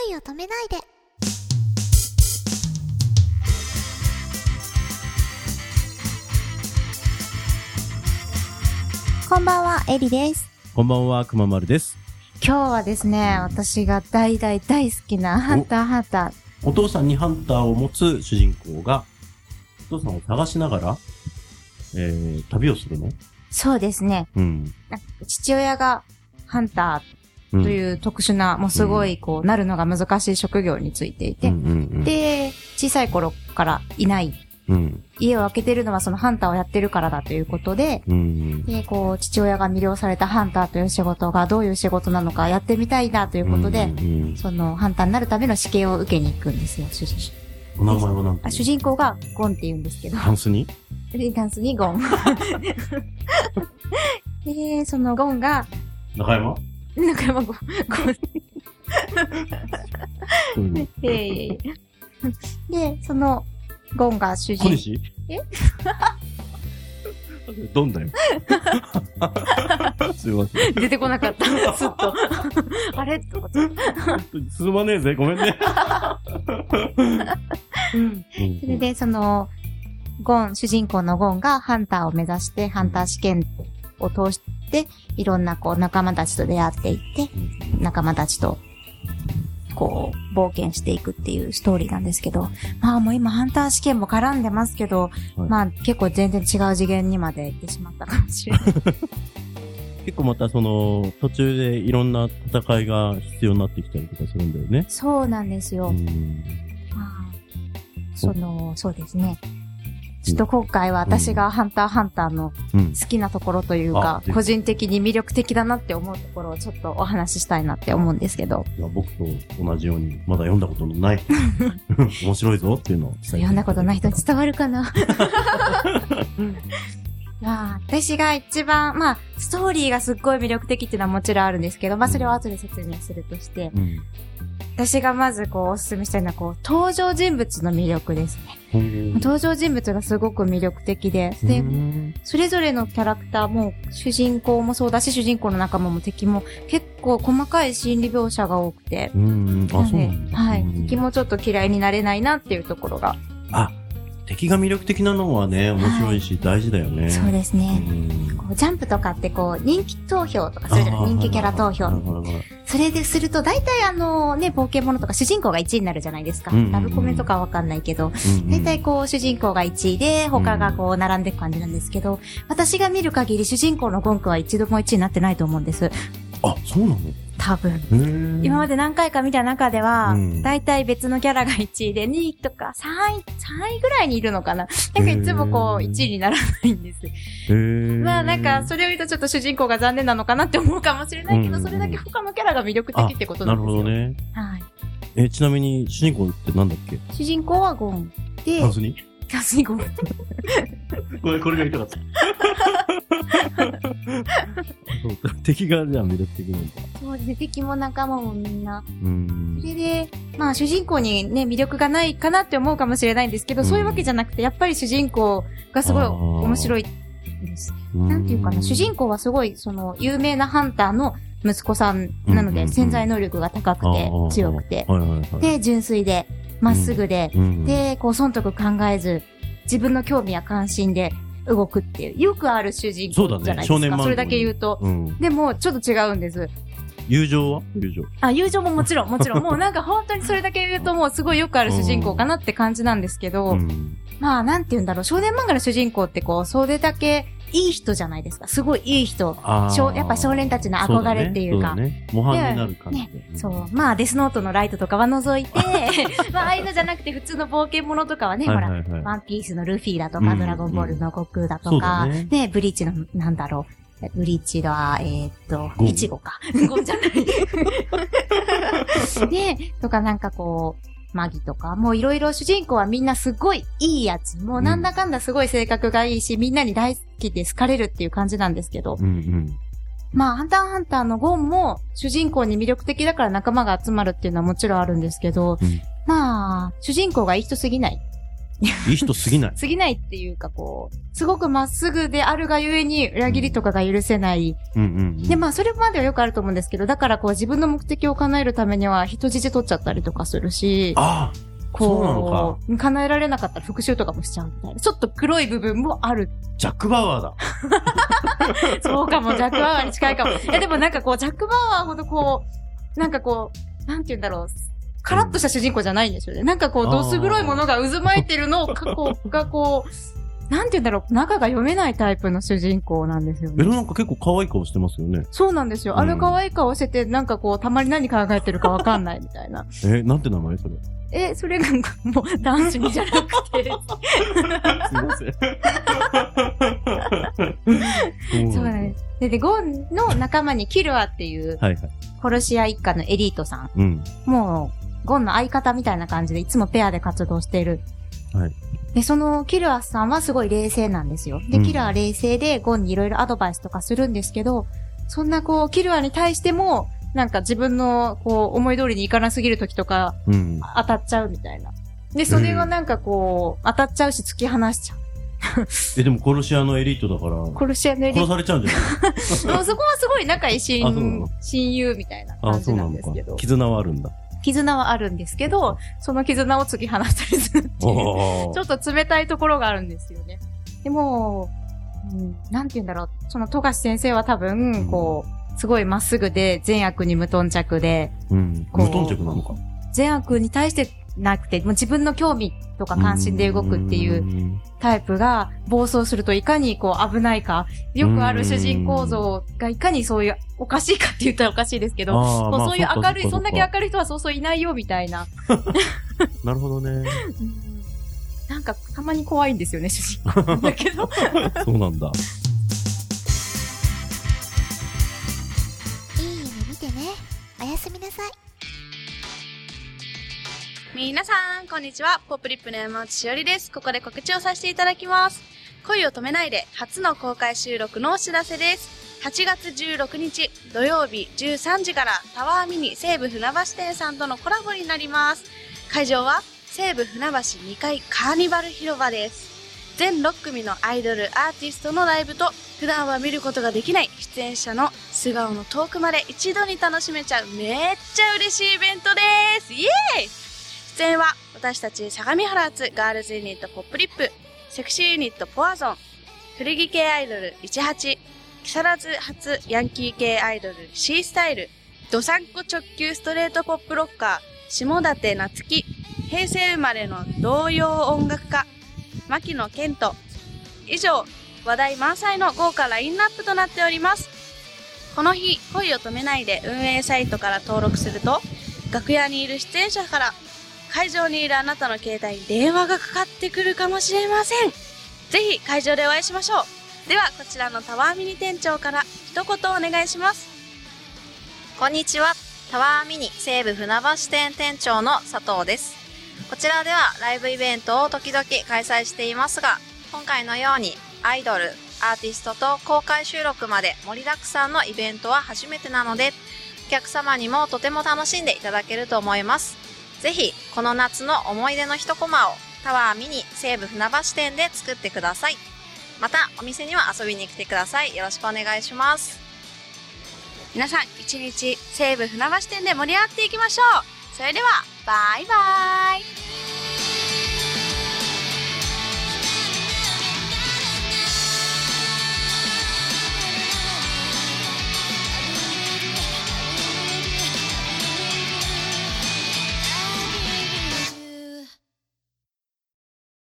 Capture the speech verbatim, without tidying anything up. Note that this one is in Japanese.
いを止めないで。こんばんは、エリです。 こんばんは、くままるです。 今日はですね、私が大大大好きなハンターハンター。 お父さんにハンターを持つ主人公が、お父さんを探しながら、えー、旅をするの？ そうですね。 うん。 父親がハンターという特殊な、うん、もうすごいこう、なるのが難しい職業についていて、うんうんうん、で、小さい頃からいない。うん、家を空けてるのはそのハンターをやってるからだということで、うんうん、で、こう、父親が魅了されたハンターという仕事がどういう仕事なのかやってみたいなということで、うんうんうん、そのハンターになるための試験を受けに行くんですよ、主人公。 お名前は何て？ 主人公がゴンって言うんですけど。 ダンスに？ ダンスにゴン。で、そのゴンが、 中山？ 中山ゴン。ゴン。いやいやいや。で、その、ゴンが主人。 小西？ えドンだよ。すいません。 出てこなかった。すっと。あれとかすまねえぜ。ごめんね。 それで、その、ゴン、主人公のゴンがハンターを目指して、ハンター試験を通して、いろんなこう仲間たちと出会っていって、仲間たちと、こう、冒険していくっていうストーリーなんですけど、まあもう今ハンター試験も絡んでますけど、はい、まあ結構全然違う次元にまで行ってしまったかもしれない。 結構またその、途中でいろんな戦いが必要になってきたりとかするんだよね。 そうなんですよ。うんまあ、その、そうですね。ちょっと今回は私がハンターハンターの好きなところというか、うん、個人的に魅力的だなって思うところをちょっとお話ししたいなって思うんですけど。 いや僕と同じようにまだ読んだことのない面白いぞっていうのを伝えて読んだことない人に伝わるかなまあ、私が一番、まあ、ストーリーがすっごい魅力的っていうのはもちろんあるんですけど、まあそれを後で説明するとして、うん、私がまずこうおすすめしたいのはこう、登場人物の魅力ですね。登場人物がすごく魅力的で、で、それぞれのキャラクターも、主人公もそうだし、主人公の仲間も敵も結構細かい心理描写が多くて、 うんあ、そうなんだ。 はい。敵もちょっと嫌いになれないなっていうところが。 あ敵が魅力的なのはね、面白いし、はい、大事だよね。 そうですね。こうジャンプとかってこう、人気投票とかするじゃない人気キャラ投票。それですると、大体あのね、冒険者とか主人公がいちいになるじゃないですか。うんうんうん、ラブコメとかはわかんないけど、うんうん、大体こう、主人公がいちいで、他がこう、並んでいく感じなんですけど、私が見る限り主人公のゴンクは一度もいちいになってないと思うんです。 あ、そうなの？ 多分。今まで何回か見た中では、だいたい別のキャラがいちいで、にいとかさんい、さんいぐらいにいるのかな。なんかいつもこう、いちいにならないんです。まあなんか、それを言うとちょっと主人公が残念なのかなって思うかもしれないけど、それだけ他のキャラが魅力的ってことなんですよ。 なるほどね。 はい。 え、ちなみに主人公ってなんだっけ？ 主人公はゴンで、 タンスに？ タンスにゴン。 これ、これが言いたかった。敵がじゃあ魅力的なんだ。 そうですね。敵も仲間もみんな。うん。それで、まあ主人公にね、魅力がないかなって思うかもしれないんですけど、うん、そういうわけじゃなくて、やっぱり主人公がすごい面白いです。なんていうかな、主人公はすごい、その、有名なハンターの息子さんなので、潜在能力が高くて、強くて、で、純粋で、まっすぐで、で、こう、損得考えず、自分の興味や関心で、動くっていう、よくある主人公じゃないですか。そうだね、少年漫画。それだけ言うと。うん、でも、ちょっと違うんです。 友情は友情。 あ、友情ももちろん、もちろん。もうなんか本当にそれだけ言うともうすごいよくある主人公かなって感じなんですけど、うん、まあ、なんて言うんだろう、少年漫画の主人公ってこう、それだけいい人じゃないですか。すごいいい人。やっぱ少年たちの憧れっていうか。 そうだね。模範になる感じで、 ね。そう。まあ、デスノートのライトとかは除いて、まあ、ああいうのじゃなくて普通の冒険者とかはね、はいはいはい、ほら、ワンピースのルフィだとか、うん、ドラゴンボールの悟空だとか、ね, ね、ブリーチの、なんだろう。ブリーチは、えー、っと、イチゴか。ゴンじゃない。で、とかなんかこう、マギとか、もういろいろ主人公はみんなすごいいいやつ。もうなんだかんだすごい性格がいいし、うん、みんなに大好きで好かれるっていう感じなんですけど。うんうん、まあ、ハンターハンターのゴンも主人公に魅力的だから仲間が集まるっていうのはもちろんあるんですけど、うん、まあ、主人公がいい人すぎない。 いい人すぎない。 すぎないっていうかこう、すごくまっすぐであるがゆえに裏切りとかが許せない。 うんうんうん、 で、まあそれまではよくあると思うんですけど、だからこう自分の目的を叶えるためには人質取っちゃったりとかするし、 ああ、こう、そうなのか。 叶えられなかったら復讐とかもしちゃうみたいな。ちょっと黒い部分もある。 ジャック・バウアーだ。 そうかも、ジャック・バウアーに近いかも。いやでもなんかこう、ジャック・バウアーほどこう、なんかこう、なんて言うんだろう。カラッとした主人公じゃないんですよね。なんかこう、どす黒いものが渦巻いてるのを、過去がこう、なんて言うんだろう、中が読めないタイプの主人公なんですよね。 え、なんか結構可愛い顔してますよね。 そうなんですよ。あれ可愛い顔してて、なんかこう、たまに何考えてるかわかんないみたいな。 え、なんて名前それ？ え、それがもう、男子にじゃなくて。 すいません。 そうなんです。で、で、ゴンの仲間にキルアっていう、はいはい、殺し屋一家のエリートさん。うん、もう、ゴンの相方みたいな感じでいつもペアで活動している。はい。で、そのキルアさんはすごい冷静なんですよ。で、キルアは冷静でゴンにいろいろアドバイスとかするんですけど、そんなこう、キルアに対しても、なんか自分のこう、思い通りにいかなすぎる時とか、うん、当たっちゃうみたいな。で、それがなんかこう、当たっちゃうし突き放しちゃう。 え、でも殺し屋のエリートだから。 殺し屋のエリート。 殺されちゃうんじゃないそこはすごい仲いい親、親友みたいな感じなんですけど。 絆はあるんだ。 絆はあるんですけど、その絆を突き放したりするっていう、ちょっと冷たいところがあるんですよね。でも、うん、なんて言うんだろう、その富樫先生は多分、うん、こう、すごいまっすぐで善悪に無頓着で、 うん、無頓着なのか。 善悪に対してなくて、もう自分の興味とか関心で動くっていうタイプが暴走するといかにこう危ないか、よくある主人公像がいかにそういうおかしいかって言ったらおかしいですけど、こうまあ、そういう明るい、そんだけ明るい人はそうそういないよみたいな。 なるほどね。 なんかたまに怖いんですよね、主人公だけど。 そうなんだ。 いい夢見てね。おやすみなさい。 皆さん、こんにちは。ポップリップの山内しおりです。ここで告知をさせていただきます。恋を止めないで初の公開収録のお知らせです。はちがつじゅうろくにち土曜日じゅうさんじからタワーミニ西武船橋店さんとのコラボになります。会場は西武船橋にかいカーニバル広場です。全ろっくみのアイドル、アーティストのライブと普段は見ることができない出演者の素顔のトークまで一度に楽しめちゃうめっちゃ嬉しいイベントです。イエーイ！出演は私たち相模原発ガールズユニットポップリップ、セクシーユニットポアゾン、古着系アイドルじゅうはち、木更津発ヤンキー系アイドル C スタイル、ドサンコ直球ストレートポップロッカー下館夏樹、平成生まれの童謡音楽家牧野健人。以上、話題満載の豪華ラインナップとなっております。この日、恋を止めないで運営サイトから登録すると、楽屋にいる出演者から会場にいるあなたの携帯に電話がかかってくるかもしれません。ぜひ会場でお会いしましょう。ではこちらのタワーミニ店長から一言お願いします。 こんにちは。タワーミニ西武船橋店店長の佐藤です。こちらではライブイベントを時々開催していますが、今回のようにアイドル、アーティストと公開収録まで盛りだくさんのイベントは初めてなので、お客様にもとても楽しんでいただけると思います。ぜひこの夏の思い出の一コマをタワーミニ西武船橋店で作ってください。またお店には遊びに来てください。よろしくお願いします。 皆さん一日西武船橋店で盛り上がっていきましょう。それではバイバイ。